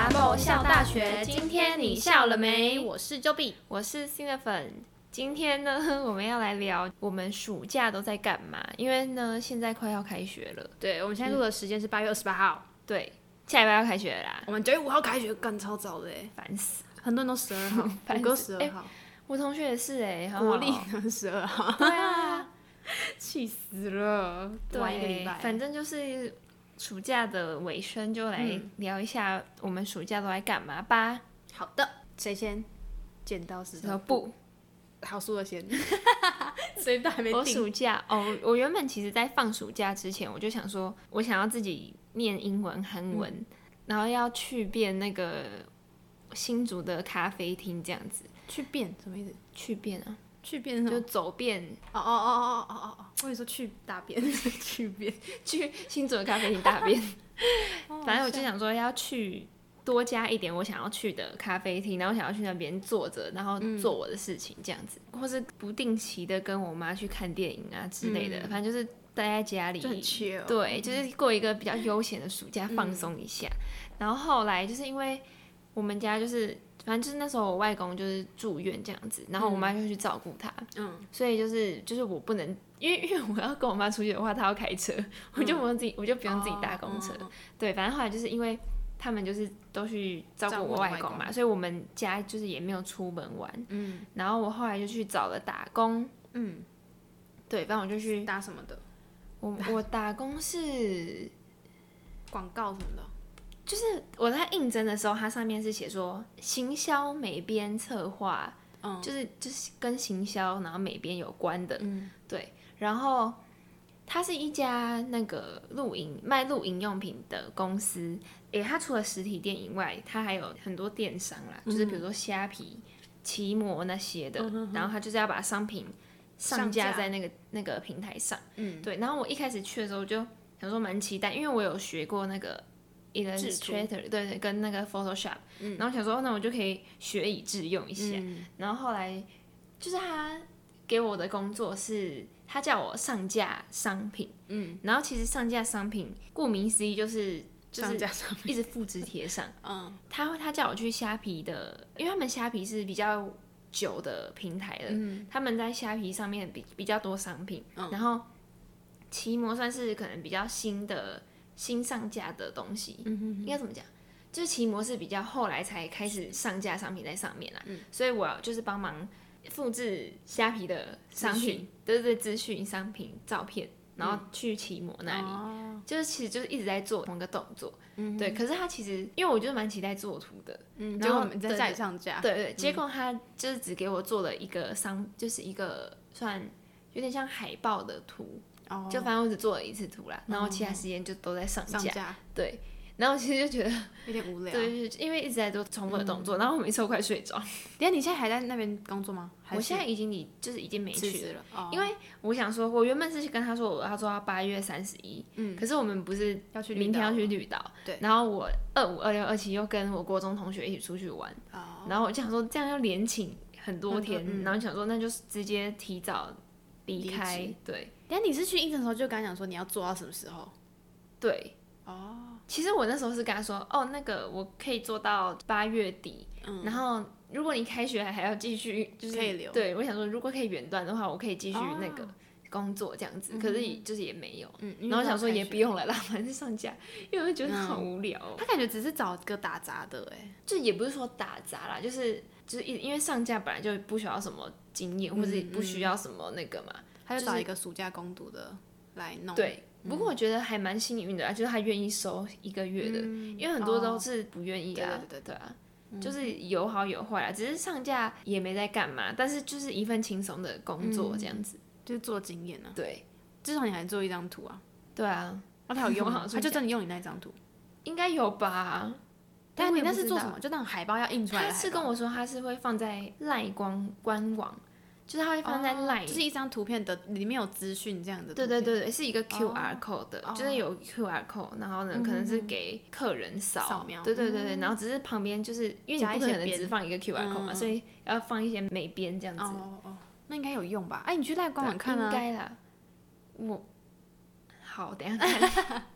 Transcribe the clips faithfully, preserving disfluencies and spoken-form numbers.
Bravo 笑大学，今天你笑了没？ 我是 Joby， 我是新的粉。今天呢，我们要来聊我们暑假都在干嘛？因为呢，现在快要开学了。 对，我们现在录的时间是八月二十八号。 对，下礼拜要开学了啦。 我们九月五号开学，干超早的哎， 烦死！ 很多人都十二号，我哥十二号、欸， 我同学也是哎、欸， 国历呢十二号。 对啊， 气死了！晚一个礼拜， 反正就是暑假的尾声，就来聊一下我们暑假都在干嘛吧。嗯、 好的，谁先？剪刀石头布。 好，输了先。谁都还没定。 我暑假哦，我原本其实在放暑假之前，我就想说，我想要自己念英文、韩文，嗯、然后要去遍那个新竹的咖啡厅这样子。 去遍什么意思？ 去遍啊， 去遍就走遍。 哦哦哦哦哦哦哦！我跟你说去大便，去遍， 去新竹的咖啡厅大便。反正我就想说要去。多加一点我想要去的咖啡厅，然后想要去那边坐着，然后做我的事情这样子，嗯、或是不定期的跟我妈去看电影啊之类的，嗯、反正就是待在家里， 就很 chill， 对，就是过一个比较悠闲的暑假，放松一下。嗯、然后后来就是因为我们家就是，反正就是那时候我外公就是住院这样子，然后我妈就去照顾他，嗯，所以就是就是我不能。因为因为我要跟我妈出去的话，她要开车，嗯、我就不用自己，我就不用自己搭公车。哦、对，反正后来就是因为。他们就是都去照顾我外公嘛，所以我们家就是也没有出门玩。嗯，然后我后来就去找了打工。嗯，对，反正我就去打什么的。 我我打工是广告什么的， 就是我在应征的时候，它上面是写说行销美编策划，嗯，就是就是跟行销然后美编有关的。嗯，对，然后。它是一家那个露营卖露营用品的公司，诶，它除了实体店以外，它还有很多电商啦，嗯、就是比如说虾皮、奇摩那些的，嗯、然后它就是要把商品上架在那个那个平台上，嗯，对。然后我一开始去的时候就想说蛮期待，因为我有学过那个 Illustrator， 对对，跟那个 Photoshop，嗯、然后想说那我就可以学以致用一下，嗯、然后后来就是他给我的工作是。他叫我上架商品，嗯，然后其实上架商品，顾名思义就是就是一直复制贴上，嗯，他他叫我去虾皮的，因为他们虾皮是比较久的平台了，嗯，他们在虾皮上面比比较多商品，嗯、然后奇摩算是可能比较新的新上架的东西，嗯哼哼应该怎么讲？就是奇摩是比较后来才开始上架商品在上面啦，嗯、所以我就是帮忙。复制虾皮的商品，对对对，资讯、商品、照片，然后去奇摩那里，嗯、就是其实就是一直在做同一个动作，嗯、对。可是他其实，因为我就蛮期待做图的，嗯， 然后你在家里上架， 对 对, 對，结果他就是只给我做了一个商，就是一个算有点像海报的图，哦、就反正我只做了一次图啦，然后其他时间就都在上架， 上架对。然后其实就觉得有点无聊， 对，因为一直在做重复的动作，嗯、然后我每次都快睡着。 等下你现在还在那边工作吗？ 我现在已经你就是已经没去了， 哦、 因为我想说，我原本是跟他说我要做到八月三十一，嗯，可是我们不是要去明天要去绿岛， 对， 然后我二五、二六、二七又跟我国中同学一起出去玩，哦、然后我就想说这样要连请很多天，嗯、然后想说那就直接提早离开，对。 等下你是去应征的时候就跟他讲说你要做到什么时候？ 对，哦。其实我那时候是跟他说，哦，那个我可以做到八月底，嗯、然后如果你开学还要继续，就是可以留。 对，我想说如果可以远端的话，我可以继续那个工作这样子，哦、可是就是也没有，嗯、然后想说也不用了啦，反正上架，因为我就觉得好无聊，哦嗯。他感觉只是找个打杂的，哎， 就也不是说打杂啦，就是就是因为上架本来就不需要什么经验，嗯、或者不需要什么那个嘛， 他就找一个暑假工读的来弄， 对。不过我觉得还蛮幸运的啊，就是他愿意收一个月的，嗯、因为很多都是不愿意啊， 对对对对啊，嗯、就是有好有坏啊，只是上架也没在干嘛，但是就是一份轻松的工作这样子，嗯、 就是做经验啊， 对， 至少你还做一张图啊， 对啊， 哦，他有用啊，他就真的用你那张图， 应该有吧？ 但你那是做什么？就那种海报要印出来的海报？ 他是跟我说他是会放在赖光官网。就是它会放在 Line，、 哦、就是一张图片的里面有资讯这样的。 对对对对，是一个 Q R code 的，哦、就是有 Q R code， 然后呢，嗯、可能是给客人扫， 扫描。 对对对对，嗯、然后只是旁边就是因为你不可能只放一个 Q R code 嘛，嗯、所以要放一些美编这样子。 哦哦，那应该有用吧？哎，你去赖官网看啊。 应该啦。我好，等一下看。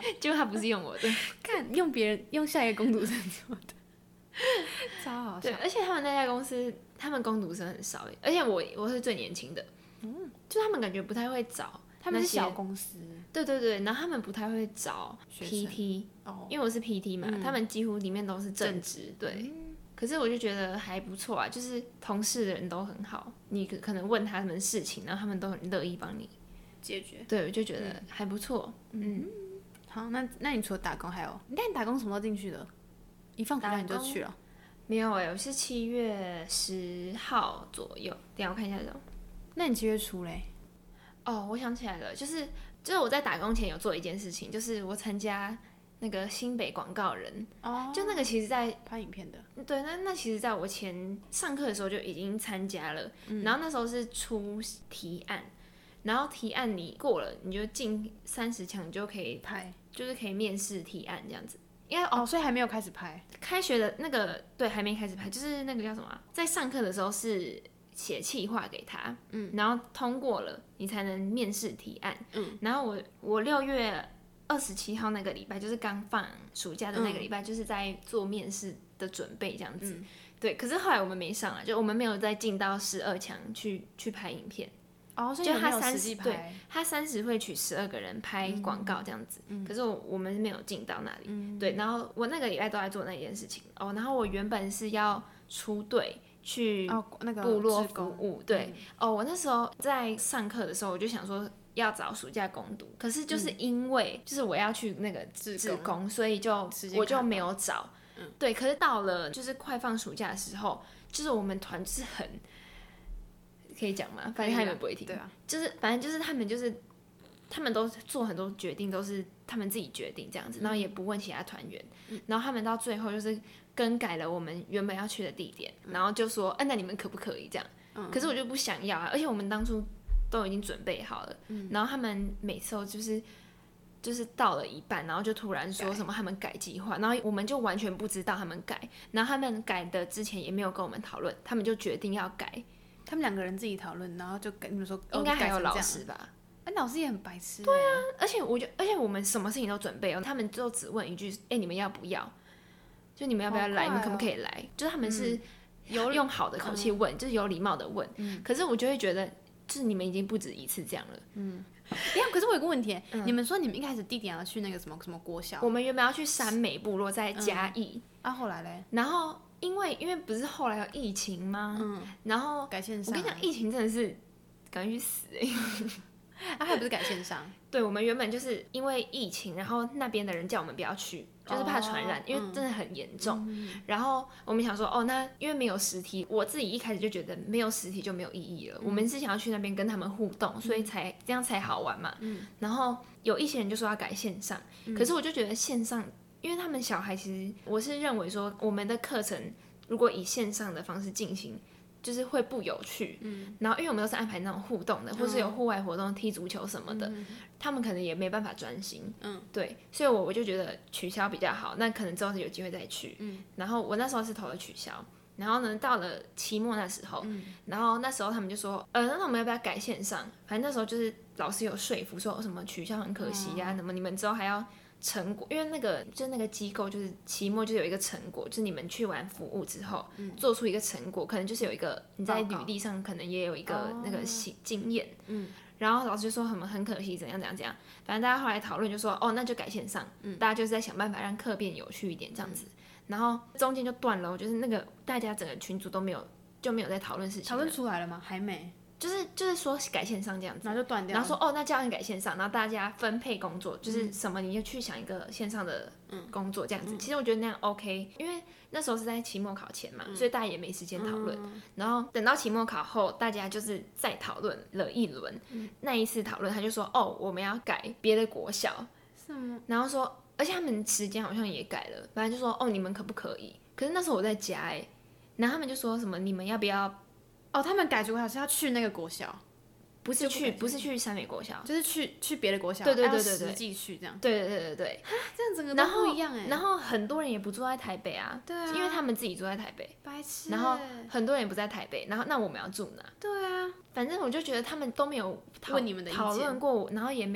结果他不是用我的， 看用别人用下一个工读生做的，超好笑。 对，而且他们那家公司，他们工读生很少，而且我我是最年轻的，嗯，就他们感觉不太会找， 他们是小公司， 对对对，然后他们不太会找 P T， 哦，因为我是 P T 嘛，嗯、他们几乎里面都是正职，对。嗯，可是我就觉得还不错啊，就是同事的人都很好，你可能问他们事情，然后他们都很乐意帮你解决。 对，我就觉得还不错。嗯，嗯好，那那你除了打工还有？你看你打工什么时候进去的？一放暑假你就去了？ 没有哎、欸，我是七月十号左右。等一下我看一下这种。 那你七月初嘞？ 哦，我想起来了，就是就是我在打工前有做一件事情，就是我参加那个新北广告人，哦，就那个其实在拍影片的， 对，那那其实在我前上课的时候就已经参加了，嗯、然后那时候是出提案，然后提案你过了，你就进三十强，你就可以拍， 就是可以面试提案这样子。因为哦，哦，所以还没有开始拍， 开学的那个对还没开始拍，就是那个叫什么、啊，在上课的时候是写企划给他，嗯，然后通过了，你才能面试提案，嗯，然后我我六月二十七号那个礼拜，就是刚放暑假的那个礼拜，嗯、就是在做面试的准备这样子。嗯、对，可是后来我们没上啊，就我们没有再进到十二强去去拍影片。 哦，所以你没有实际拍。 对，他三十会取十二个人拍广告这样子，嗯、可是我我们没有进到那里。嗯、对，然后我那个礼拜都在做那件事情。哦，然后我原本是要出队去部落服务。哦那个、对，嗯、哦，我那时候在上课的时候，我就想说。要找暑假工读，可是就是因为就是我要去那个志工，所以就我就没有找。嗯、对，可是到了就是快放暑假的时候，就是我们团就是很可以讲嘛，反正他们不会听。对啊，就是反正就是他们就是他们都做很多决定，都是他们自己决定这样子，然后也不问其他团员。嗯、然后他们到最后就是更改了我们原本要去的地点，嗯、然后就说，哎、啊，那你们可不可以这样？嗯、可是我就不想要啊，而且我们当初。都已经准备好了，嗯、然后他们每次都就是就是到了一半，然后就突然说什么他们改计划，然后我们就完全不知道他们改，然后他们改的之前也没有跟我们讨论，他们就决定要改， 他们两个人自己讨论，然后就跟你们说， 应该还有老师吧？ 哎、欸，老师也很白痴。 对啊，而且我就而且我们什么事情都准备哦，他们就只问一句，哎、欸，你们要不要？就你们要不要来？哦、你们可不可以来？就是他们是有用好的口气问，嗯、就是有礼貌的问，嗯、可是我就会觉得。就是你们已经不止一次这样了， 嗯，哎呀，可是我有个问题，嗯、你们说你们一开始地点要去那个什么什么国小， 我们原本要去山美部落，在嘉义， 嗯、啊，后来嘞， 然后因为因为不是后来有疫情吗？嗯，然后改线上， 我跟你讲，疫情真的是赶紧去死哎、欸， 啊，还不是改线上？ 对，我们原本就是因为疫情，然后那边的人叫我们不要去。就是怕传染，哦、因为真的很严重。嗯、然后我们想说，哦，那因为没有实体，我自己一开始就觉得没有实体就没有意义了。嗯、我们是想要去那边跟他们互动，所以才这样才好玩嘛。嗯、然后有一些人就说要改线上，嗯、可是我就觉得线上，因为他们小孩其实我是认为说，我们的课程如果以线上的方式进行。就是会不有趣，嗯、然后因为我们都是安排那种互动的，嗯、或是有户外活动、踢足球什么的，嗯、他们可能也没办法专心，嗯、对，所以我我就觉得取消比较好，那可能之后有机会再去。嗯、然后我那时候是投了取消，然后呢到了期末那时候，嗯、然后那时候他们就说，呃，那我们要不要改线上？反正那时候就是老师有说服说什么取消很可惜呀、啊，什么、嗯、你们之后还要。成果，因为那个就是那个机构，就是期末就有一个成果，就是你们去完服务之后，嗯、做出一个成果，可能就是有一个你在履历上可能也有一个那个经验，嗯、然后老师就说很很可惜，怎样怎样怎样，反正大家后来讨论就说，哦，那就改线上，嗯、大家就是在想办法让课变有趣一点这样子，嗯、然后中间就断了，就是那个大家整个群组都没有就没有在讨论事情， 讨论出来了吗？还没。 就是就是说改线上这样子， 然后就断掉了。 然后说哦，那教案改线上，然后大家分配工作，就是什么你就去想一个线上的工作这样子。嗯、其实我觉得那样 OK， 因为那时候是在期末考前嘛，嗯、所以大家也没时间讨论。嗯、然后等到期末考后，大家就是再讨论了一轮。嗯、那一次讨论，他就说哦，我们要改别的国小， 是吗？ 然后说，而且他们时间好像也改了，反正就说哦，你们可不可以？可是那时候我在家哎、欸，然后他们就说什么你们要不要？ 哦，他们改国小是要去那个国小。 不是去，不是去三美国小， 就是去去别的国小， 对对对对对， 实际去这样， 对对对对对， 这样整个都不一样哎。 然后很多人也不住在台北啊， 对啊， 因为他们自己住在台北， 白痴。 然后很多人也不在台北，然后那我们要住哪？ 对啊， 反正我就觉得他们都没有问你们的讨论过，然后也没有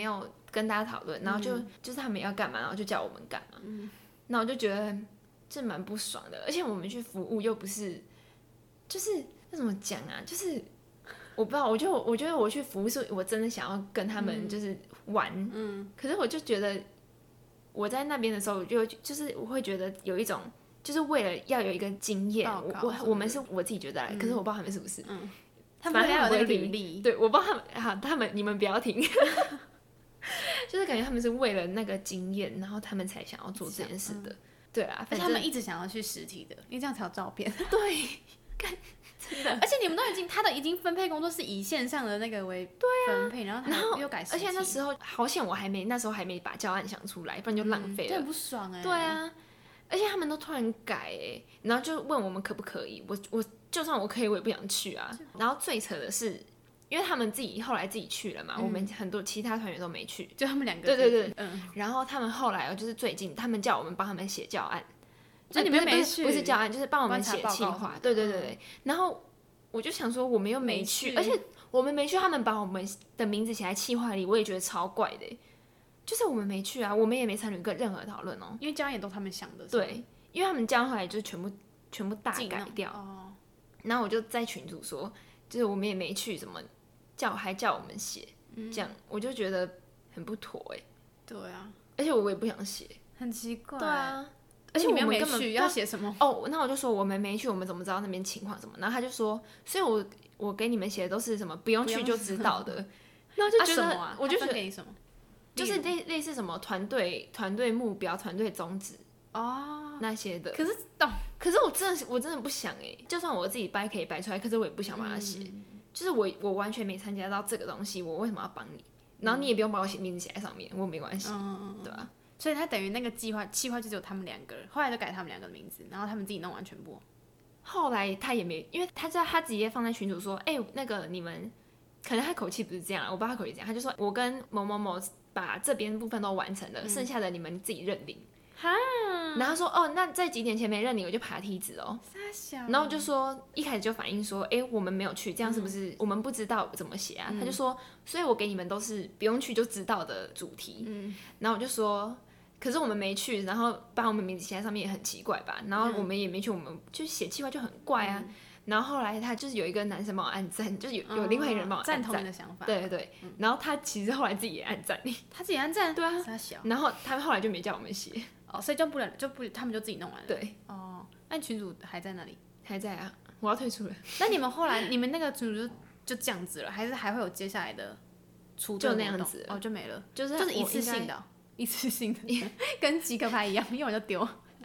跟大家讨论，然后就、嗯、就是他们要干嘛，然后就叫我们干嘛。嗯，那我就觉得这蛮不爽的，而且我们去服务又不是，就是那怎么讲啊？就是我不知道，我就我觉得我去服务是我真的想要跟他们就是玩，嗯，可是我就觉得我在那边的时候，我就就是我会觉得有一种。就是为了要有一个经验，我我我们是我自己觉得来、嗯，可是我不知道他们是不是，嗯， 他们要有那个履历， 对，我不知道他们，好，他们你们不要听，就是感觉他们是为了那个经验，然后他们才想要做这件事的，嗯、对啊， 而且他们一直想要去实体的，因为这样才有照片， 对，真的， 而且你们都已经他的已经分配工作是以线上的那个为分配， 对啊、 然后他又改实体， 而且那时候好险我还没那时候还没把教案想出来，不然就浪费了， 这、嗯、很不爽哎、欸， 对啊。而且他们都突然改哎，然后就问我们可不可以，我我就算我可以，我也不想去啊。然后最扯的是，因为他们自己后来自己去了嘛，嗯、我们很多其他团员都没去， 就他们两个。 对对对， 嗯。 然后他们后来就是最近，他们叫我们帮他们写教案， 那、啊、你们没去？ 不是教案，就是帮我们写企划。对对对对。然后我就想说，我们又没去，而且我们没去，他们把我们的名字写在企划里，我也觉得超怪的。就是我们没去啊，我们也没参与过任何讨论哦。 因为教案也都他们想的。 对。因为他们这样后来就全部全部大改掉，哦、然后我就在群组说，就是我们也没去，怎么叫还叫我们写、嗯，这样我就觉得很不妥哎。 对啊， 而且我也不想写， 很奇怪。 对啊， 而且我们没去，要写什么？ 哦，那我就说我们没去，我们怎么知道那边情况什么？然后他就说，所以我我给你们写的都是什么不用去就知道的。然后就觉得， 啊、 我就觉得给你什么， 就是类类似什么团队团队目标、团队宗旨。 哦， 那些的， 可是懂， 可是我真的我真的不想哎，就算我自己掰可以掰出来，可是我也不想把它写、嗯，就是我我完全没参加到这个东西，我为什么要帮你？然后你也不用把我写名字写在上面，我没关系，嗯、对吧、啊？ 所以他等于那个计划计划就只有他们两个人，后来就改他们两个的名字，然后他们自己弄完全部。 后来他也没，因为他在他直接放在群组说，哎、欸，那个你们可能他口气不是这样，我不知道他口气怎样，他就说我跟某某某把这边部分都完成了，嗯、剩下的你们自己认领。 哈， 然后说哦，那在几点前没认领，我就爬梯子哦。 傻小。 然后我就说一开始就反映说，哎，我们没有去，这样是不是、嗯、我们不知道怎么写啊？嗯、他就说，所以我给你们都是不用去就知道的主题。嗯。然后我就说，可是我们没去，然后把我们名字写在上面也很奇怪吧？然后我们也没去，我们就写企划就很怪啊。嗯、然后后来他就是有一个男生帮我按赞，就是有有另外一个人帮我按赞， 赞同你的想法。 对对对。嗯、然后他其实后来自己也按赞， 他自己按赞。 对啊。 傻小。 然后他后来就没叫我们写。 哦，所以就不能就不他们就自己弄完了。 对。 哦，那你群主还在那里？ 还在啊，我要退出了。 那你们后来你们那个群主就就这样子了，还是还会有接下来的出就那样子哦，就没了， 就是就是一次性的，一次性的，跟即刻拍一样，用完就丢。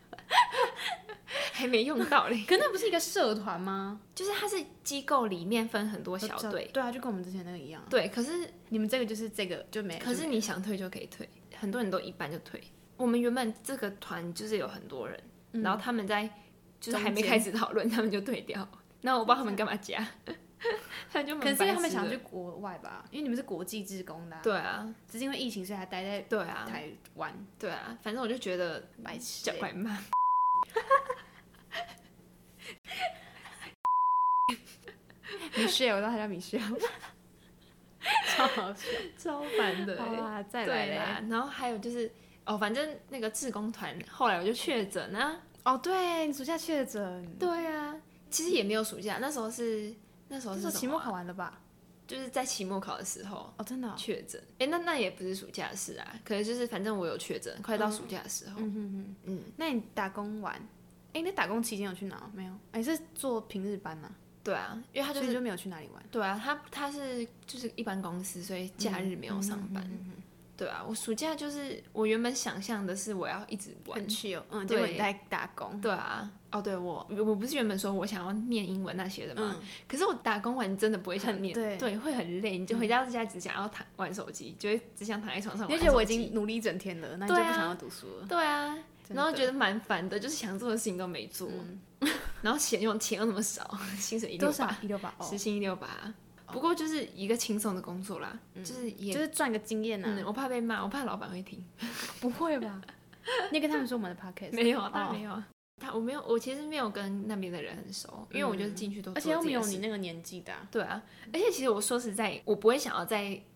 还没用到嘞。 可那不是一个社团吗？ 就是它是机构里面分很多小队。 对啊，就跟我们之前那个一样。 对，可是你们这个就是这个就没。 可是你想退就可以退，很多人都一半就退。我们原本这个团就是有很多人，嗯、然后他们在就是还没开始讨论，他们就退掉。那我不知道他们干嘛加，他们就可能是因为他们想去国外吧，因为你们是国际志工的、啊。 对啊， 只是因为疫情，所以还待在对啊台湾。 对啊，反正我就觉得白痴、 欸，叫怪骂。 米歇尔，我知道他叫米歇尔，超好笑， 超烦的、欸。 好啦，再来嘞。 然后还有就是哦，反正那个志工团后来我就确诊啊。 哦，对，你暑假确诊。 对啊，其实也没有暑假，那时候是那时候是什么、啊？ 期末考完了吧？ 就是在期末考的时候哦，真的确诊。哎，那那也不是暑假的事啊，可是就是反正我有确诊，快到暑假的时候。 嗯哼哼，嗯。那你打工完，哎，那打工期间有去哪？没有？哎，是做平日班啊？ 对啊，因为他就是、 所以就没有去哪里玩。 对啊，他他是就是一般公司，所以假日没有上班。嗯嗯嗯嗯、对啊，我暑假就是我原本想象的是我要一直玩， 很 chill，嗯，结果你在打工。 对啊，哦，对我我不是原本说我想要念英文那些的嘛、嗯，可是我打工完真的不会想念， 对对，会很累，你就回家家只想要躺玩手机，就会只想躺在床上玩手机。 你觉得我已经努力一整天了，那你就不想要读书了？ 对啊，然后觉得蛮烦的，就是想做的事情都没做。嗯然后钱又钱又那么少，薪水一六八， 一六八， 时薪一六八。不过就是一个轻松的工作啦，嗯、就是也就是赚个经验啊、 嗯。我怕被骂，我怕老板会听。 不会吧？你跟他们说我们的 podcast 没有，当然没有。哦、他我没有，我其实没有跟那边的人很熟，因为我就是进去都做、嗯， 而且又没有你那个年纪的、啊。 对啊，而且其实我说实在，我不会想要在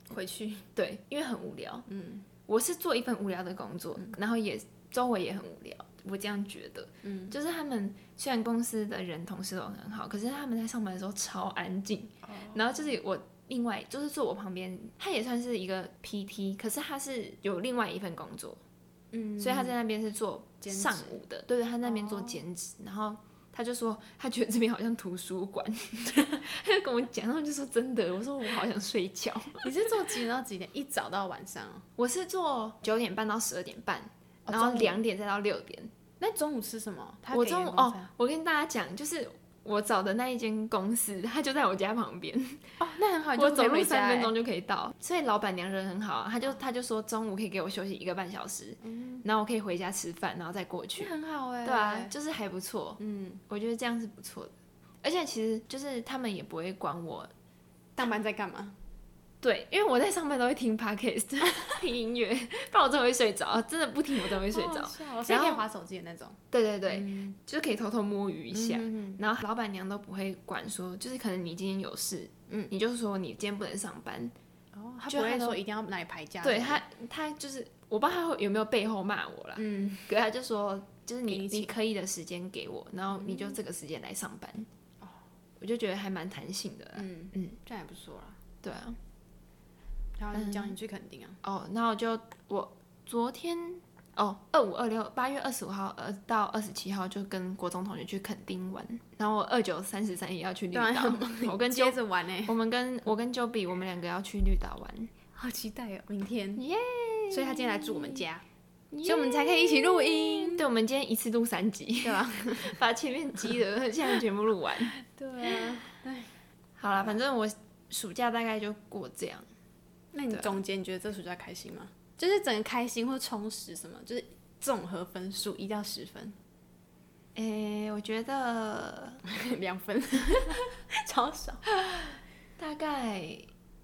回去。 对，因为很无聊。嗯，我是做一份无聊的工作，嗯、然后也周围也很无聊，我这样觉得。嗯，就是他们虽然公司的人同事都很好，可是他们在上班的时候超安静。哦、然后就是我另外就是坐我旁边，他也算是一个 P T， 可是他是有另外一份工作。嗯，所以他在那边是做上午的，对对，他那边做兼职，哦、然后他就说他觉得这边好像图书馆，他就跟我讲，然后就说真的，我说我好想睡觉。 你是做几点到几点？一早到晚上、哦？ 我是做九点半到十二点半，哦、然后两点再到六点。 那中午吃什么？ 我中午哦，我跟大家讲，就是我找的那一间公司，它就在我家旁边。 哦，那很好， 我走路三分钟就可以到，所以老板娘人很好啊，他就他就说中午可以给我休息一个半小时，嗯、然后我可以回家吃饭，然后再过去， 很好哎、欸， 对啊，就是还不错，嗯，我觉得这样是不错的，而且其实就是他们也不会管我上班在干嘛， 对，因为我在上班都会听 podcast 听音乐，不然我真的会睡着，真的不听我真的会睡着， 然后可以滑手机的那种， 对对对，嗯、就是可以偷偷摸鱼一下，嗯、然后老板娘都不会管说，就是可能你今天有事。嗯，你就说你今天不能上班， 哦，他不会说一定要哪里排假。 对他，他就是我不知道他有没有背后骂我啦。嗯，可是他就说，就是你你可以的时间给我，然后你就这个时间来上班。哦、嗯，我就觉得还蛮弹性的啦。 嗯嗯，这样也不错啦。 对啊， 然后叫你去垦丁啊。 哦，然后就我昨天哦，二五二六八月二十五号呃到二十七号就跟国中同学去垦丁玩，然后我二九三十三也要去绿岛，我跟接着玩哎， 我们跟我跟 Joby 我们两个要去绿岛玩， 好期待哦，明天耶！ Yeah! 所以他今天来住我们家， yeah! 所以我们才可以一起录音。 对，我们今天一次录三集，对吧？把前面集的现在全部录完。 对啊，哎， 好啦，反正我暑假大概就过这样。 那你总结，你觉得这暑假开心吗？就是整个开心或充实什么，就是综合分数一到十分。 诶、欸，我觉得两分，超少， 大概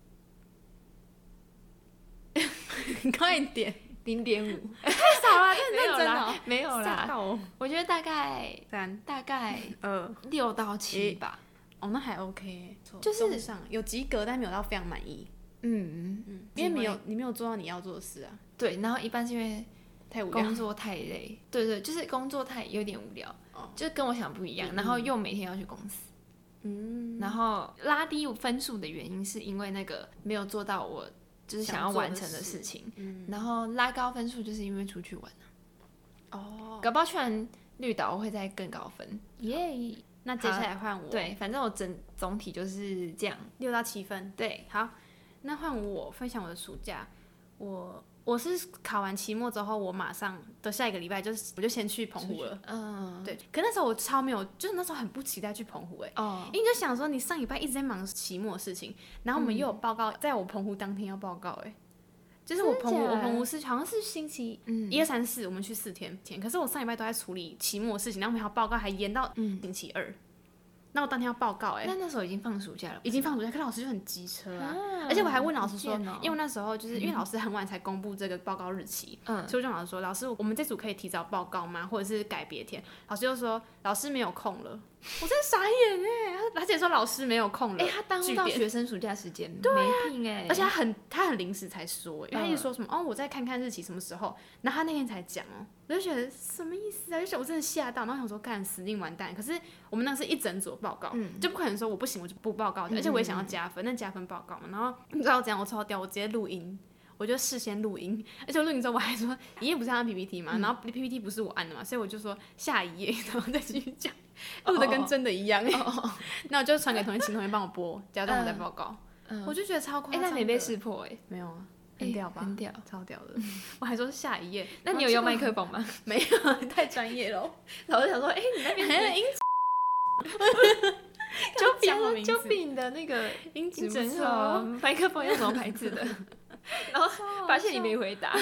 快点， 零点五， 太少了，真的认真哦， 没有啦， 哦、 我觉得大概三， 大概二六到七吧。 哦，那还 OK， 就是上有及格，但没有到非常满意。嗯嗯，因为没有你没有做到你要做的事啊。 对，然后一般是因为太无聊， 工作太累。对对，就是工作太有点无聊，哦、就是跟我想不一样。嗯、然后又每天要去公司，嗯，然后拉低分数的原因是因为那个没有做到我就是想要完成的事情。嗯，然后拉高分数就是因为出去玩啊。哦，搞不好去完绿岛会再更高分，耶、yeah ！ 那接下来换我， 对，反正我整总体就是这样， 六到七分。 对， 好。那换我分享我的暑假，我我是考完期末之后，我马上的下一个礼拜就是我就先去澎湖了，嗯，对。可那时候我超没有，就是那时候很不期待去澎湖哎、欸，哦，因为你就想说你上礼拜一直在忙期末的事情，然后我们又有报告，嗯、在我澎湖当天要报告哎、欸，就是我澎湖我澎湖是好像是星期一二三四我们去四天天，可是我上礼拜都在处理期末的事情，然后我们还要报告还延到星期二。嗯，那我当天要报告哎、欸， 那那时候已经放暑假了， 已经放暑假，可是老师就很机车啊，啊而且我还问老师说，哦、因为那时候就是因为老师很晚才公布这个报告日期，嗯，所以我就跟老师说，老师我们这组可以提早报告吗？或者是改别天？老师就说老师没有空了，我真的傻眼哎、欸，而且说老师没有空了， 哎、欸，他耽误到学生暑假时间， 对、啊， 没拼哎、欸， 而且他很他很临时才说、欸，因为他一直说什么、嗯、哦，我再看看日期什么时候，然后他那天才讲哦、喔，我就觉得什么意思啊？就想我真的吓到，然后想说干死定完蛋，可是我们那是一整组报告，嗯、就不可能说我不行我就不报告，而且我也想要加分，那加分报告嘛，然后你知道怎样？我超屌，我直接录音。我就事先录音，而且录音之后我还说一页不是按 P P T 嘛，嗯、然后 P P T 不是我按的嘛，所以我就说下一页，然后再继续讲，录的跟真的一样。哦、那我就传给同学，请同学帮我播，假装我在报告。嗯、我就觉得超夸张。 哎、欸，那没被识破哎、欸？ 没有啊，很屌吧？ 欸、很屌， 超屌的。我还说下一页， 那你有用麦克风吗？ 没有，太专业了。 老师想说，哎、欸，你那边很音。就比就比你的那个音质真好，麦克风用什么牌子的？然后发现你没回答。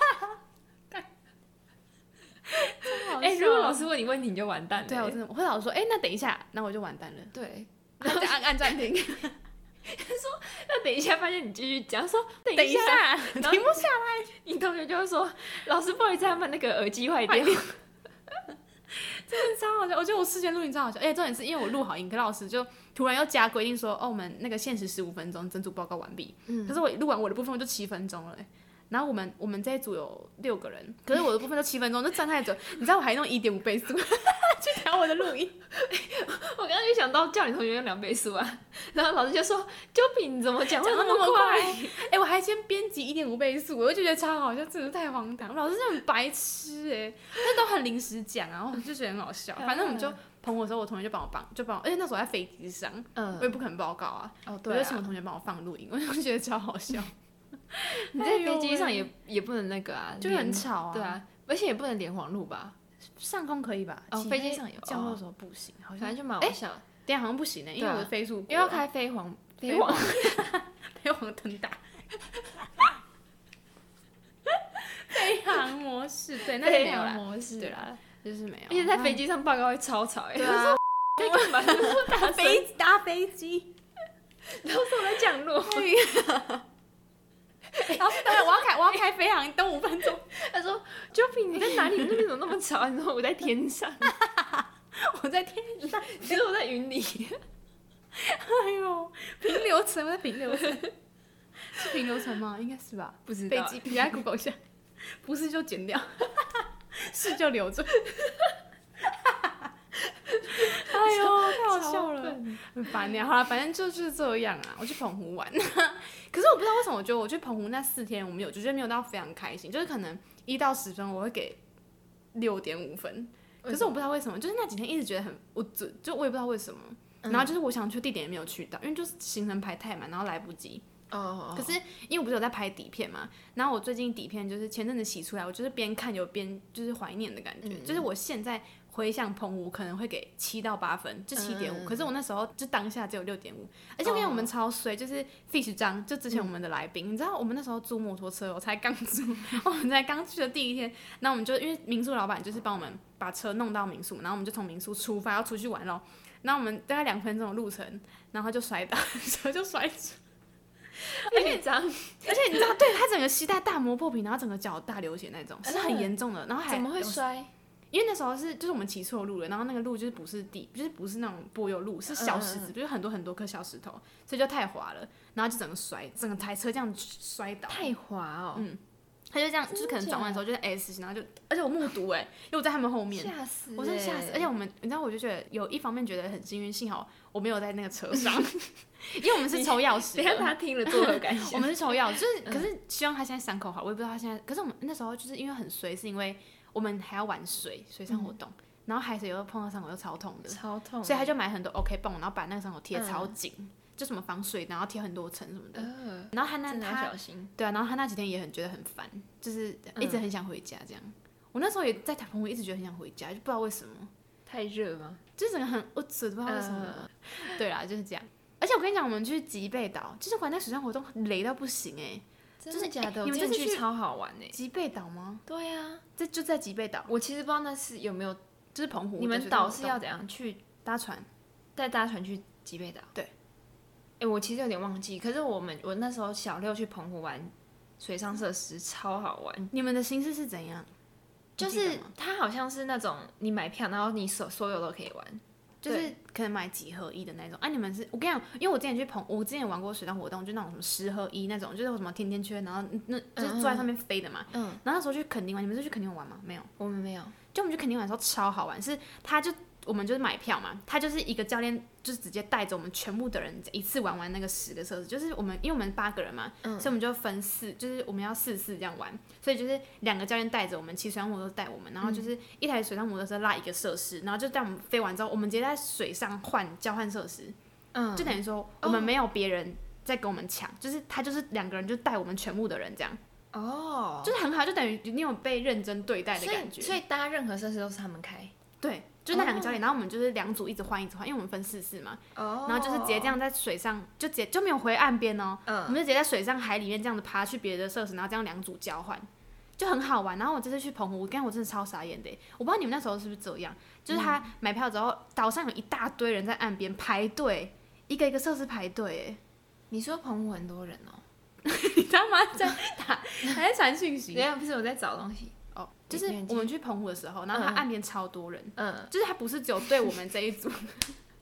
哎、欸，如果老师问你问题，你就完蛋了、欸。 对啊，我真的，我会老师说，哎、欸，那等一下，那我就完蛋了。 对， 然后按按暂停。 他说，那等一下，发现你继续讲，说等一下， 停不下来。你同学就会说，老师不好意思，他们那个耳机坏掉。 真的超好笑，我觉得我事先录音超好笑，而且重点是因为我录好音，可老师就突然又加规定说，哦，我们那个限时十五分钟，整组报告完毕。嗯，可是我录完我的部分我就七分钟了、欸，然后我们我们这一组有六个人，可是我的部分就七分钟，就站太久。你知道我还用一点五倍速去调我的录音。 我刚刚就想到叫你同学用两倍速啊，然后老师就说 ：“Joey 你怎么讲话那么快？” 哎、欸，我还先编辑一点五倍速，我就觉得超好笑，真的太荒唐。老师真的很白痴哎、欸，但都很临时讲啊，我就觉得很好笑。反正我们就澎湖的时候，我同学就帮我帮，就帮我，而且那时候我在飞机上，嗯，我也不可能报告啊，哦对啊，我就请我同学帮我放录音，我就觉得超好笑。 你在飞机上也、欸、也不能那个啊， 就很吵啊， 对啊，而且也不能连网路吧。 上空可以吧？ 哦，飞机上有， 降落的时候不行，好像反正就蛮好笑的。 等一下好像不行呢、欸，因为我的飞速， 因为要开飞黄飞黄飞黄腾达，飞航模式，对，那没有啦， 模式， 对啦，就是没有。 而且在飞机上报告会超吵哎、欸， 对啊， 在干嘛？ 搭飞搭飞机， 然后说我在降落。 老师，等下我要开，我要开飞航，你等五分钟。 他说 ：“Joey 你在哪里？那边怎么那么吵？”你说我在天上， 我在天上， 其实我在云里。 哎呦，平流层，我在平流层，是平流层吗？应该是吧？ 不知道。 飞机，你来 Google 一下，不是就剪掉，是就留着。哎呦，太好笑了，很烦呀。好了，反正就是这样啊。我去澎湖玩，可是我不知道为什么，我觉得我去澎湖那四天，我没有，我觉得没有到非常开心，就是可能一到十分我会给六点五分，可是我不知道为什么，就是那几天一直觉得很不准，就我也不知道为什么。然后就是我想去地点也没有去到，因为就是行程排太满，然后来不及。哦。可是因为我不是有在拍底片嘛，然后我最近底片就是前阵子洗出来，我就是边看有边就是怀念的感觉，嗯、就是我现在。回想澎湖可能会给七到八分，就七点五。可是我那时候就当下只有六点五，而且我跟你讲我们超衰，就是 Fish 张，就之前我们的来宾，嗯、你知道我们那时候租摩托车，我才刚租，我们才刚去的第一天，然后我们就因为民宿老板就是帮我们把车弄到民宿，然后我们就从民宿出发要出去玩咯。然后我们大概两分钟的路程，然后就摔倒，车就摔住。 而且脏， 而且你知道，对他整个膝盖大磨破皮，然后整个脚大流血那种，是很严重的。然后还怎么会摔？ 因为那时候是就是我们骑错路了，然后那个路就是不是地，就是不是那种柏油路，是小石子，嗯、就是很多很多颗小石头，所以就太滑了，然后就整个摔，整个台车这样摔倒。 太滑哦。嗯。 他就这样，就是可能转弯的时候就是 S 型，然后就，而且我目睹哎、欸，因为我在他们后面， 吓死、欸！ 我真的吓死！而且我们，你知道，我就觉得有一方面觉得很幸运，幸好我没有在那个车上，因为我们是抽钥匙。 等一下他听了作何感想？ 我们是抽钥匙，就是，可是希望他现在伤口好，我也不知道他现在。可是我们那时候就是因为很衰，是因为我们还要玩水，水上活动，嗯、然后海水又碰到伤口又超痛的， 超痛， 所以他就买很多 OK 绷，然后把那个伤口贴超紧。嗯就什么防水，然后贴很多层什么的，呃、然后他那他对啊，然后他那几天也很觉得很烦，就是一直很想回家这样。嗯、我那时候也在澎湖，一直觉得很想回家，就不知道为什么。 太热吗？ 就整个很不准，不知道为什么。呃、对啦，就是这样。而且我跟你讲，我们去吉贝岛，就是玩那水上活动雷到不行哎、欸， 真的假的？ 欸、你们这次去超好玩哎、欸！ 吉贝岛吗？ 对呀、啊， 这就在吉贝岛。 我其实不知道那是有没有， 就是澎湖。 你们岛是要怎样去搭船？ 再搭船去吉贝岛？ 对。 哎、欸，我其实有点忘记，可是我们我那时候小六去澎湖玩水上设施超好玩。 你们的形式是怎样？ 就是它好像是那种你买票，然后你所所有都可以玩， 就是可能买几合一的那种。哎、啊，你们是我跟你讲，因为我之前去澎，我之前玩过水上活动，就那种什么十合一那种，就是有什么甜甜圈，然后那就是坐在上面飞的嘛。嗯。然后那时候去垦丁玩，你们是去垦丁玩吗？没有， 我们没有。 就我们去垦丁玩的时候超好玩，是它就。我们就是买票嘛，他就是一个教练，就是直接带着我们全部的人一次玩完那个十个设施，就是我们因为我们八个人嘛，嗯、所以我们就分四，就是我们要四四这样玩，所以就是两个教练带着我们，骑水上摩托车带我们，然后就是一台水上摩托车拉一个设施，然后就带我们飞完之后，我们直接在水上换交换设施，嗯，就等于说我们没有别人在跟我们抢，就是他就是两个人就带我们全部的人这样，哦，就是很好，就等于你有被认真对待的感觉， 所以搭任何设施都是他们开， 对。就那两个教练， oh. 然后我们就是两组一直换一直换，因为我们分四四嘛， oh. 然后就是直接这样在水上，就直接就没有回岸边哦，嗯、我们就直接在水上海里面这样子爬去别的设施，然后这样两组交换，就很好玩。然后我这次去澎湖，我跟我真的超傻眼的，我不知道你们那时候是不是这样，就是他买票之后，岛上有一大堆人在岸边排队，一个一个设施排队，哎， 你说澎湖很多人哦， 你他妈在打还在传讯息？ 等一下不是我在找东西。 哦，就是我们去澎湖的时候，然后他岸边超多人，嗯，就是他不是只有对我们这一组，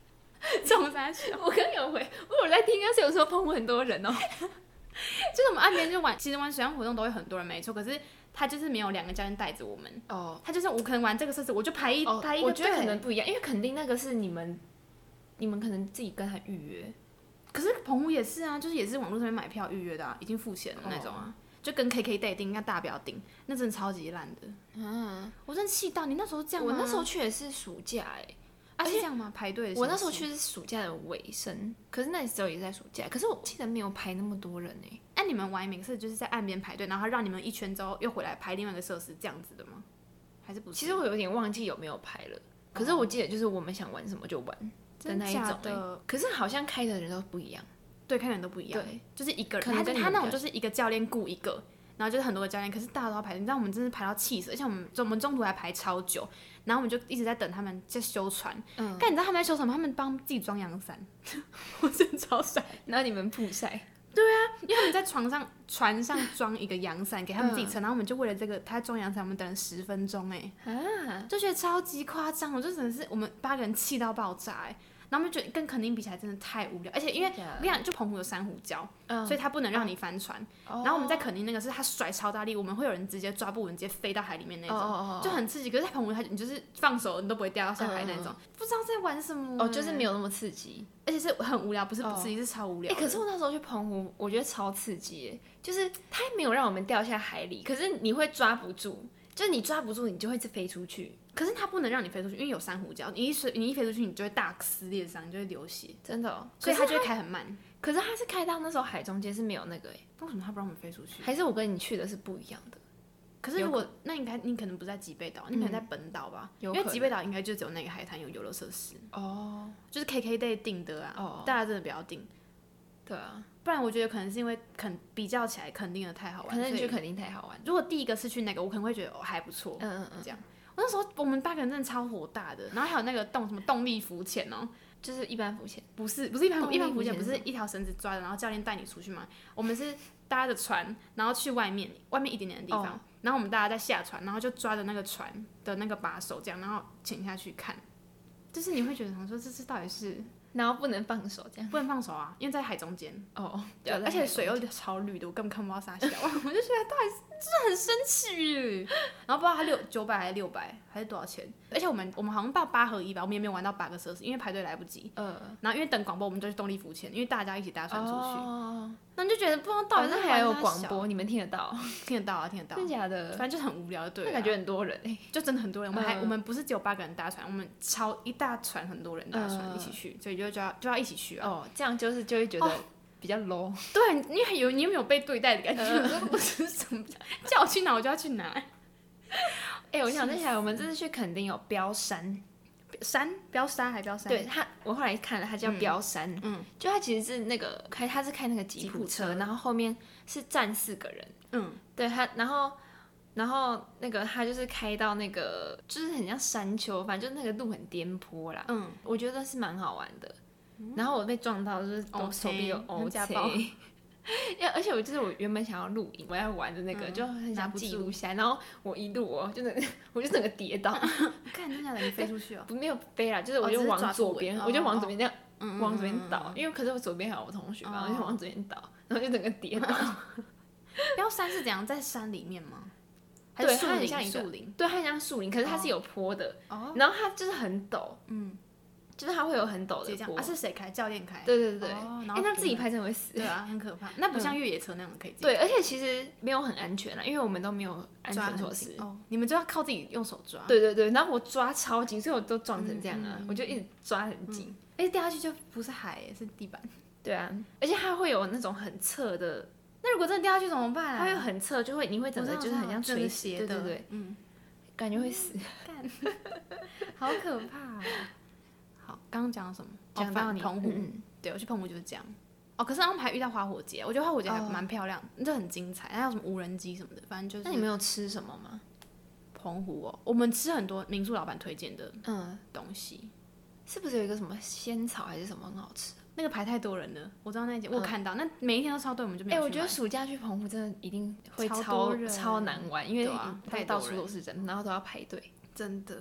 冲啥小？ 我刚有回，我有在听，但是有时候澎湖很多人哦、喔。 就是我们岸边就玩，其实玩水上活动都会很多人，没错。可是他就是没有两个教练带着我们。哦。他就是我可能玩这个设施，我就排一、哦、排一个。 我觉得可能不一样，因为肯定那个是你们，你们可能自己跟他预约。 可是澎湖也是啊，就是也是网络上面买票预约的啊，已经付钱的那种啊。哦，就跟 K K day 订，要大表订，那真的超级烂的。嗯，我真的气到你那时候这样吗？ 我那时候去也是暑假哎、欸， 啊是这样吗？排队的。 我那时候去是暑假的尾声，可是那时候也在暑假，可是我记得没有排那么多人哎、欸。 哎、啊，你们玩一是就是在岸边排队，然后让你们一圈之后又回来排另外一个设施这样子的吗？还是不是？ 其实我有点忘记有没有排了，可是我记得就是我们想玩什么就玩的那一种、欸。真的？可是好像开的人都不一样。 对，看人都不一样，对，就是一个人， 他他那种就是一个教练雇一个，然后就是很多个教练，可是大家都要排，你知道我们真是排到气死，而且我们我们中途还排超久，然后我们就一直在等他们在修船，嗯，但你知道他们在修什么？他们帮自己装阳伞，我真的超帅， 然后你们曝晒。 对啊，因为他们在床上船上装一个阳伞给他们自己撑，嗯、然后我们就为了这个他装阳伞，我们等了十分钟哎、欸，啊，就觉得超级夸张，我就真的是我们八个人气到爆炸哎、欸。然后我们就觉得跟垦丁比起来真的太无聊，而且因为我跟你讲，就澎湖有珊瑚礁，嗯、所以它不能让你翻船。哦、然后我们在垦丁那个是它甩超大力，我们会有人直接抓不稳，直接飞到海里面那种，哦、就很刺激。可是在澎湖，它你就是放手你都不会掉到下海那种，嗯、不知道在玩什么、 欸。哦，就是没有那么刺激， 而且是很无聊，不是不刺激，哦、是超无聊。哎、 欸，可是我那时候去澎湖，我觉得超刺激，就是它没有让我们掉下海里，可是你会抓不住，就是你抓不住，你就会飞出去。 可是它不能让你飞出去，因为有珊瑚礁，你一水你一飞出去，你就会大撕裂伤，你就会流血， 真的、哦。 所以它就会开很慢。 可是它是开到那时候海中间是没有那个哎， 为什么它不让我们飞出去？ 还是我跟你去的是不一样的？ 可是如果那应该你可能不在吉贝岛，你可能在本岛吧？嗯、因为吉贝岛应该就只有那个海滩有游乐设施哦，就是 K K day 定的啊，哦、大家真的不要定。 对啊， 不然我觉得可能是因为肯比较起来垦丁的太好玩， 可能你觉得垦丁太好玩。 如果第一个是去那个，我可能会觉得哦还不错，嗯嗯嗯，这样。我那时候我们八个人真的超火大的，然后还有那个动什么动力浮潜哦， 就是一般浮潜， 不是不是一般一般浮潜，不是一条绳子抓着，然后教练带你出去嘛。我们是搭着船，然后去外面外面一点点的地方，哦、然后我们大家再下船，然后就抓着那个船的那个把手这样，然后潜下去看，就是你会觉得想说这是到底是。 然后不能放手，这样不能放手啊，因为在海中间哦， 对， 而且水又超绿的，我根本看不到啥小，我就觉得到底真的很生气。然后不知道他六九百还是六百还是多少钱，而且我们我们好像到八合一吧，我们也没有玩到八个设施，因为排队来不及。嗯，然后因为等广播，我们就去动力浮潜，因为大家一起搭船出去。哦，那你就觉得不知道到底是还有广播，你们听得到？ 听得到啊，听得到。 真的假的？ 反正就很无聊的，对。 感觉很多人哎， 就真的很多人。我们还我们不是只有八个人搭船，我们超一大船很多人搭船一起去，所以就就要就要一起去啊。 哦，这样就是就会觉得比较 low。 对，因为有你有没有被对待的感觉？不是什么叫我去哪我就要去哪。 哎，我想起来，我们这次去垦丁有标山。 山标山还标山？ 对它，我后来看了，它叫标山。嗯，就它其实是那个开，它是开那个吉普车，然后后面是站四个人。嗯，对它，然后然后那个它就是开到那个，就是很像山丘，反正就那个路很颠簸啦。嗯，我觉得是蛮好玩的。嗯、然后我被撞到，就是都手臂有 O C。而且我就是我原本想要录影，我要玩的那个，嗯、就很想记录下来。然后我一录哦，就整个我就整个跌倒。 看真的，你飞出去哦？ 不，没有飞啦，就是我就往左边，哦、我就往左边这样，哦、往左边倒。因为可是我左边还有我同学嘛，我、哦、就往左边倒，然后就整个跌倒。 标山是怎样在山里面吗？ 对，它很像一个树林，对，它很像树林，可是它是有坡的，哦、然后它就是很陡，嗯。就是它会有很陡的坡， 啊，是谁开？教练开。 对对对，哎、哦，欸，那自己拍真的会死。 对啊，很可怕。那不像越野车那样可以自己。 对，而且其实没有很安全啦，因为我们都没有安全措施。 哦，你们就要靠自己用手抓。 对对对，然后我抓超紧，所以我都撞成这样啊，嗯、我就一直抓很紧。 哎、嗯，掉下去就不是海，是地板。 对啊，而且它会有那种很侧的。 那如果真的掉下去怎么办啊？ 它会很侧，就会你会整个就是很像垂斜的，对对对，嗯，感觉会死。 干，好可怕哦。好，刚刚讲了什么？ 讲到你澎湖，嗯、对，我去澎湖就是这样。哦，可是他们还遇到花火节，我觉得花火节还蛮漂亮，这、哦、很精彩。还有什么无人机什么的，反正就是。 那你们有吃什么吗？ 澎湖哦，我们吃很多民宿老板推荐的嗯东西、嗯， 是不是有一个什么仙草还是什么很好吃？ 那个排太多人了，我知道那一间，我有看到，那、嗯、每一天都超多，我们就没有去买。 哎、欸，我觉得暑假去澎湖真的一定会超超难玩，因为它到处都是人，然后都要排队， 真的。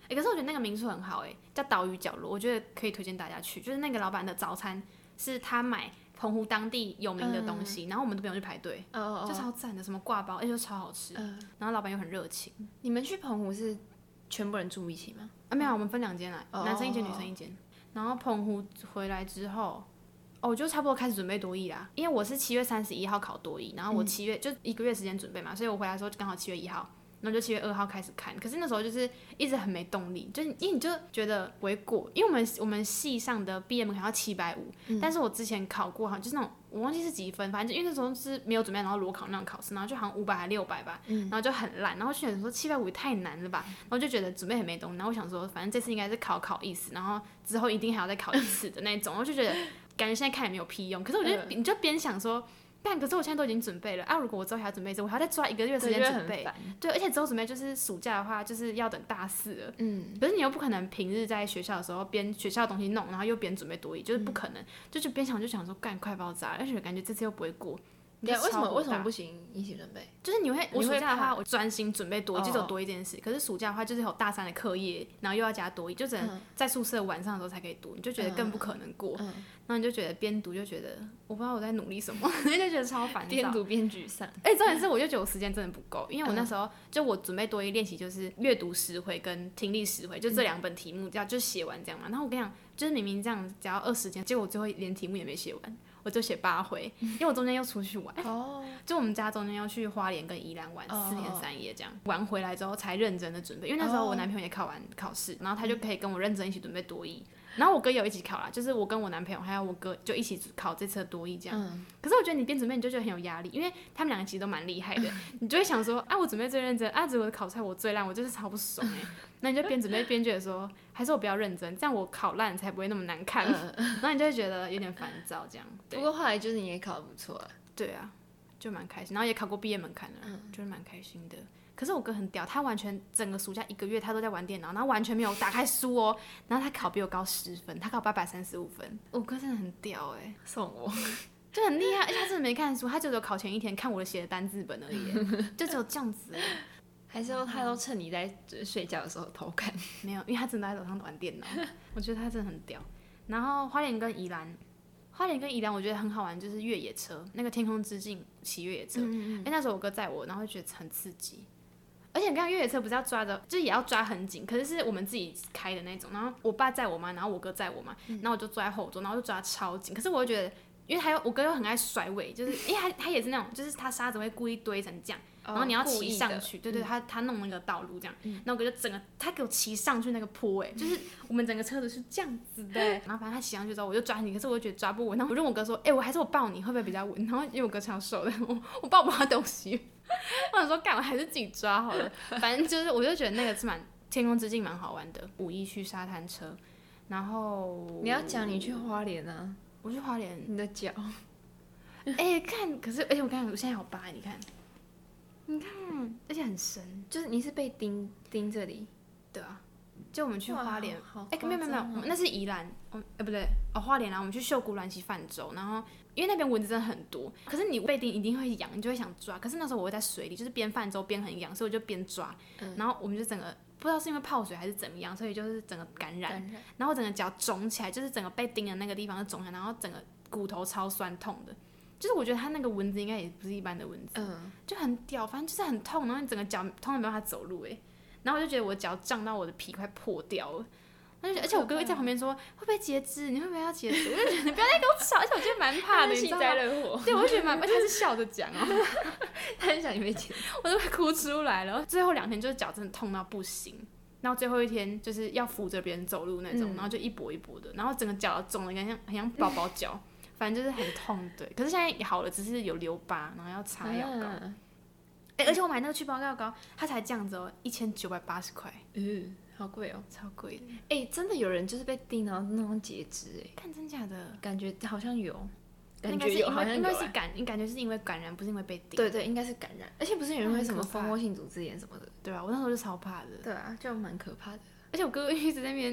哎、欸，可是我觉得那个民宿很好、欸，哎，叫岛屿角落，我觉得可以推荐大家去。就是那个老板的早餐是他买澎湖当地有名的东西，嗯、然后我们都不用去排队，哦、就超赞的，什么挂包，而且就超好吃。嗯、然后老板又很热情。 你们去澎湖是全部人住一起吗？ 啊，没有，我们分两间啦，哦、男生一间，女生一间。然后澎湖回来之后。哦，我就差不多开始准备多益啦，因为我是七月三十一号考多益，然后我七月、嗯、就一个月时间准备嘛，所以我回来的时候刚好七月一号，然后就七月二号开始看。可是那时候就是一直很没动力，就是因为你就觉得不会过，因为我们我们系上的毕业门槛要七百五，但是我之前考过好像就是那种我忘记是几分，反正就因为那时候是没有准备，然后裸考那种考试，然后就好像五百还六百吧，然后就很烂，然后就觉得说七百五也太难了吧，然后就觉得准备很没动力，然后我想说反正这次应该是考考意思，然后之后一定还要再考一次的那种，然后就觉得。感觉现在看也没有屁用，可是我觉得你就边想说，但可是我现在都已经准备了啊！如果我之后还要准备一次，我还要再抓一个月时间准备，对，而且之后准备就是暑假的话，就是要等大四了，嗯，可是你又不可能平日在学校的时候边学校的东西弄，然后又边准备多益，就是不可能，嗯、就是边想就想说干快爆炸了，而且感觉这次又不会过。 对，为什么为什么不行一起准备？ 就是你会，我暑假的话，我专心准备多益，就只有多益这件事。可是暑假的话，就是有大三的课业，然后又要加多益，就只能在宿舍晚上的时候才可以读，你就觉得更不可能过。嗯嗯、然后你就觉得边读就觉得，我不知道我在努力什么，就觉得超烦躁。 边读边沮丧。 哎、欸，重点是我就觉得我时间真的不够，因为我那时候就我准备多益练习就是阅读十回跟听力十回，就这两本题目要就写完这样嘛。然后我跟你讲，就是明明这样只要二十天，结果我最后连题目也没写完。我就写八回，因为我中间又出去玩，哦、就我们家中间要去花莲跟宜兰玩四天三夜这样，玩回来之后才认真的准备，因为那时候我男朋友也考完考试，然后他就可以跟我认真一起准备多益，然后我哥也有一起考啦，就是我跟我男朋友还有我哥就一起考这次的多益这样。嗯、可是我觉得你边准备你就觉得很有压力，因为他们两个其实都蛮厉害的，你就会想说啊我准备最认真，啊结果考出来我最烂，我就是超不爽哎、欸。那你就边准备边觉得说，还是我不要认真，这样我考烂才不会那么难看。嗯、然后你就会觉得有点烦躁这样。 不过后来就是你也考得不错啊。 对啊，就蛮开心，然后也考过毕业门槛了，嗯、就是蛮开心的。可是我哥很屌，他完全整个暑假一个月他都在玩电脑，然后完全没有打开书哦。然后他考比我高十分，他考八百三十五分。我哥真的很屌哎、欸， 送我。 就很厉害，而且他真的没看书，他就只有考前一天看我的写的单字本而已，就只有这样子。 还是他都趁你在睡觉的时候偷看？ 没有，因为他真的在楼上玩电脑。我觉得他真的很屌。然后花莲跟宜兰，花莲跟宜兰我觉得很好玩，就是越野车，那个天空之境骑越野车。嗯嗯、欸、那时候我哥载我，然后就觉得很刺激。而且你看越野车不是要抓着，就是也要抓很紧，可是是我们自己开的那种。然后我爸载我嘛，然后我哥载我嘛，然后我就坐在后座，然后就抓超紧。可是我就觉得，因为他有我哥又很爱甩尾，就是因为他他也是那种，就是他沙子会故意堆成这样。然后你要骑上去，对对，他他弄那个道路这样，嗯、然后我就整个他给我骑上去那个坡，哎，就是我们整个车子是这样子的，然后反正他骑上去之后，我就抓你，可是我就觉得抓不稳，然后我就问我哥说，哎、欸，我还是我抱你会不会比较稳？然后因为我哥超瘦的，我我抱不到东西，我想说干，我还是自己抓好了，反正就是我就觉得那个是蛮天空之境蛮好玩的，五一去沙滩车，然后你要讲你去花莲啊， 我去花莲， 你的脚， 哎、欸，看，可是而且我看我现在好疤，你看。你看，而且很深， 就是你是被钉钉这里， 对啊，就我们去花莲，哎、欸，没有没有没有，那是宜兰，哦，哎、欸、不对，哦花莲啊，我们去秀姑峦溪泛舟，然后因为那边蚊子真的很多，可是你被叮一定会痒，你就会想抓，可是那时候我会在水里，就是边泛舟边很痒，所以我就边抓，嗯、然后我们就整个不知道是因为泡水还是怎么样，所以就是整个感染，感染然后我整个脚肿起来，就是整个被叮的那个地方就肿起来，然后整个骨头超酸痛的。就是我觉得它那个蚊子应该也不是一般的蚊子，嗯、就很屌，反正就是很痛，然后你整个脚痛到没办法走路哎，然后我就觉得我的脚胀到我的皮快破掉了，而且我哥在旁边说会不会截肢，你会不会要截肢？我就觉得你不要再给我吵，而且我觉得蛮怕的，你知道吗？对，我就觉得蛮，而且他是笑着讲哦， 他很想你被截， 我都快哭出来了。最后两天就是脚真的痛到不行，然后最后一天就是要扶着别人走路那种，嗯、然后就一跛一跛的，然后整个脚肿的很像很像宝宝脚。反正就是很痛，对。可是现在也好了，只是有留疤，然后要擦药膏。哎、嗯欸，而且我买那个去疤药膏，它才这样子哦，一千九百八十块。 嗯，好贵哦， 超贵的。 哎、欸，真的有人就是被叮然后那种截肢，哎， 看真假的， 感觉好像有， 感觉有，好像应该是感，感觉是因为感染，不是因为被叮。 对对，应该是感染，而且不是有人会什么蜂窝性组织炎什么的， 对吧、啊？我那时候就超怕的。 对啊，就蛮可怕的。 而且我哥哥一直在那边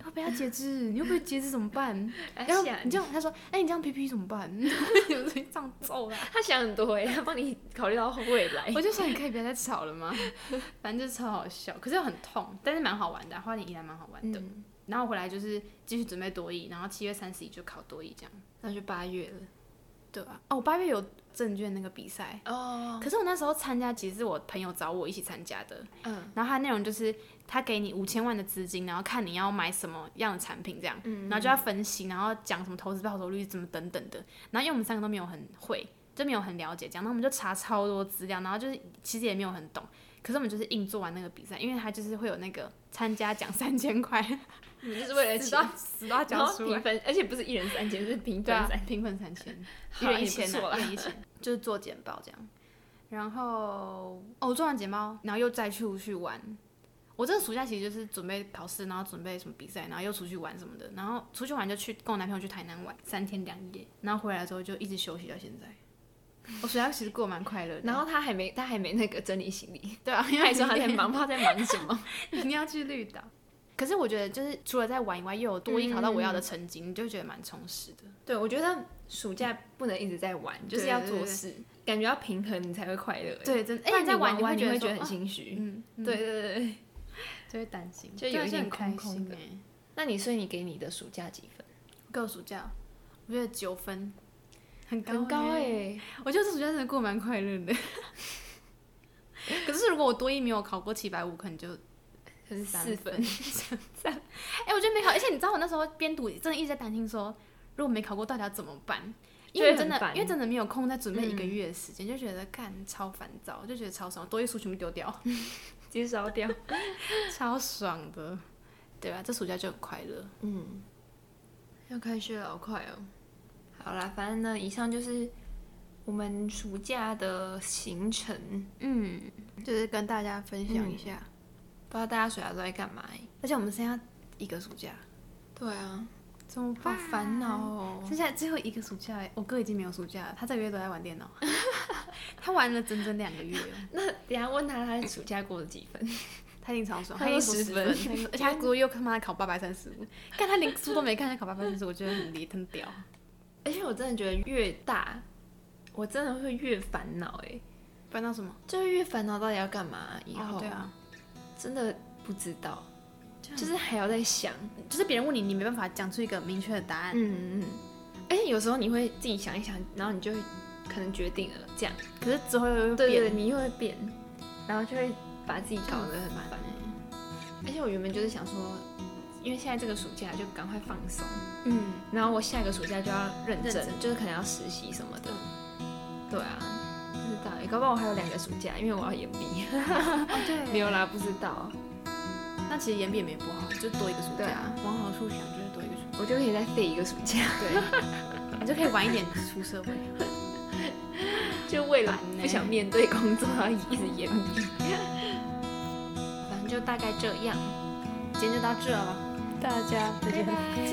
会不会要截肢？你会不会截肢怎么办？然后你这样，他说，哎、欸，你这样屁屁怎么办？有这样揍他。 他想很多哎，他帮你考虑到未来。 我就想，你可以不要再吵了吗？反正就是超好笑，可是又很痛，但是蛮好玩的、啊，花莲宜兰蛮好玩的。嗯、然后回来就是继续准备多益，然后七月三十一就考多益这样。 那就八月了。 对啊，哦，我八月有证券那个比赛哦，可是我那时候参加，其实是我朋友找我一起参加的，嗯，然后他内容就是他给你五千万的资金，然后看你要买什么样的产品这样，嗯，然后就要分析，然后讲什么投资报酬率怎么等等的，然后因为我们三个都没有很会，就没有很了解这样，然后我们就查超多资料，然后就是其实也没有很懂，可是我们就是硬做完那个比赛，因为他就是会有那个参加奖三千块。 你们就是为了钱， 死都要讲出来， 而且不是一人三千，是平分三， 平分三千，一人一千啊，一人一千，就是做简报这样。然后哦，我做完简报，然后又再出去玩。我这个暑假其实就是准备考试，然后准备什么比赛，然后又出去玩什么的。然后出去玩就去跟我男朋友去台南玩三天两夜，然后回来之后就一直休息到现在。我暑假其实过蛮快乐的。 然后他还没，他还没那个整理行李， 对啊， 他还说他在忙，不知道在忙什么。 一定要去绿岛。可是我觉得，就是除了在玩以外，又有多益考到我要的成绩，嗯、你就觉得蛮充实的。 对，我觉得暑假不能一直在玩，就是要做事，对对对，感觉要平衡，你才会快乐。 对，真的。 哎，你在玩， 你会觉得很心虚。嗯，对对对， 就会担心， 就有一点空空的。那你所以你给你的暑假几分？ 给我暑假，我觉得九分，很高很高哎。 我觉得这暑假真的过蛮快乐的。可是如果我多益没有考过七百五，可能就。 可是四分， 三，哎、欸，我觉得没考，而且你知道我那时候边读，真的一直在担心说，如果没考过，到底要怎么办？因为真的，因为真的没有空再准备一个月的时间，嗯、就觉得干超烦躁，就觉得超爽，多益书全部丢掉， 直接烧掉， 超爽的，对吧？这暑假就很快乐， 嗯，要开学了，好快哦。好啦，反正呢，以上就是我们暑假的行程， 嗯，就是跟大家分享一下。嗯， 不知道大家暑假都在干嘛、欸？ 而且我们剩下一个暑假。 对啊， 怎么办？ 好烦恼哦！ 剩下最后一个暑假，我哥已经没有暑假了，他这个月都在玩电脑。他玩了整整两个月。 那等一下问他，他暑假过了几分？ 他一定超爽， 他有十分， 而且他哥又他妈考八百三十五，看他连书都没看，他考八百三十五，我觉得很离很屌。 而且我真的觉得越大，我真的会越烦恼哎。 烦恼什么？ 就是越烦恼到底要干嘛以后。 哦、对啊。 真的不知道，就是还要在想， 就是别人问你，你没办法讲出一个明确的答案。 嗯嗯，而且有時候你会自己想一想，然后你就会可能決定了這樣， 可是之後又會變， 對對對，你又會變，然後就會把自己搞得很煩。而且我原本就是想說，因為現在這個暑假就趕快放鬆，嗯，然後我下一個暑假就要認真，認真就是可能要實習什麼的，嗯、對啊。不知道，搞不好我還有兩個暑假，因為我要延畢。哦，對，沒有啦，不知道。 那其實延畢也沒不好，就多一個暑假。對啊，往好處想就是多一個暑假， 我就可以再廢一個暑假。 對，你就可以晚一點出社會。 就未來不想面對工作，然後一直延畢。反正就大概這樣，今天就到這了， 大家再見，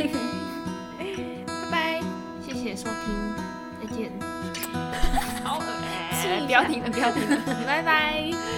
拜拜，謝謝收聽，再見。好惡心！不要停了，不要停了， 拜拜。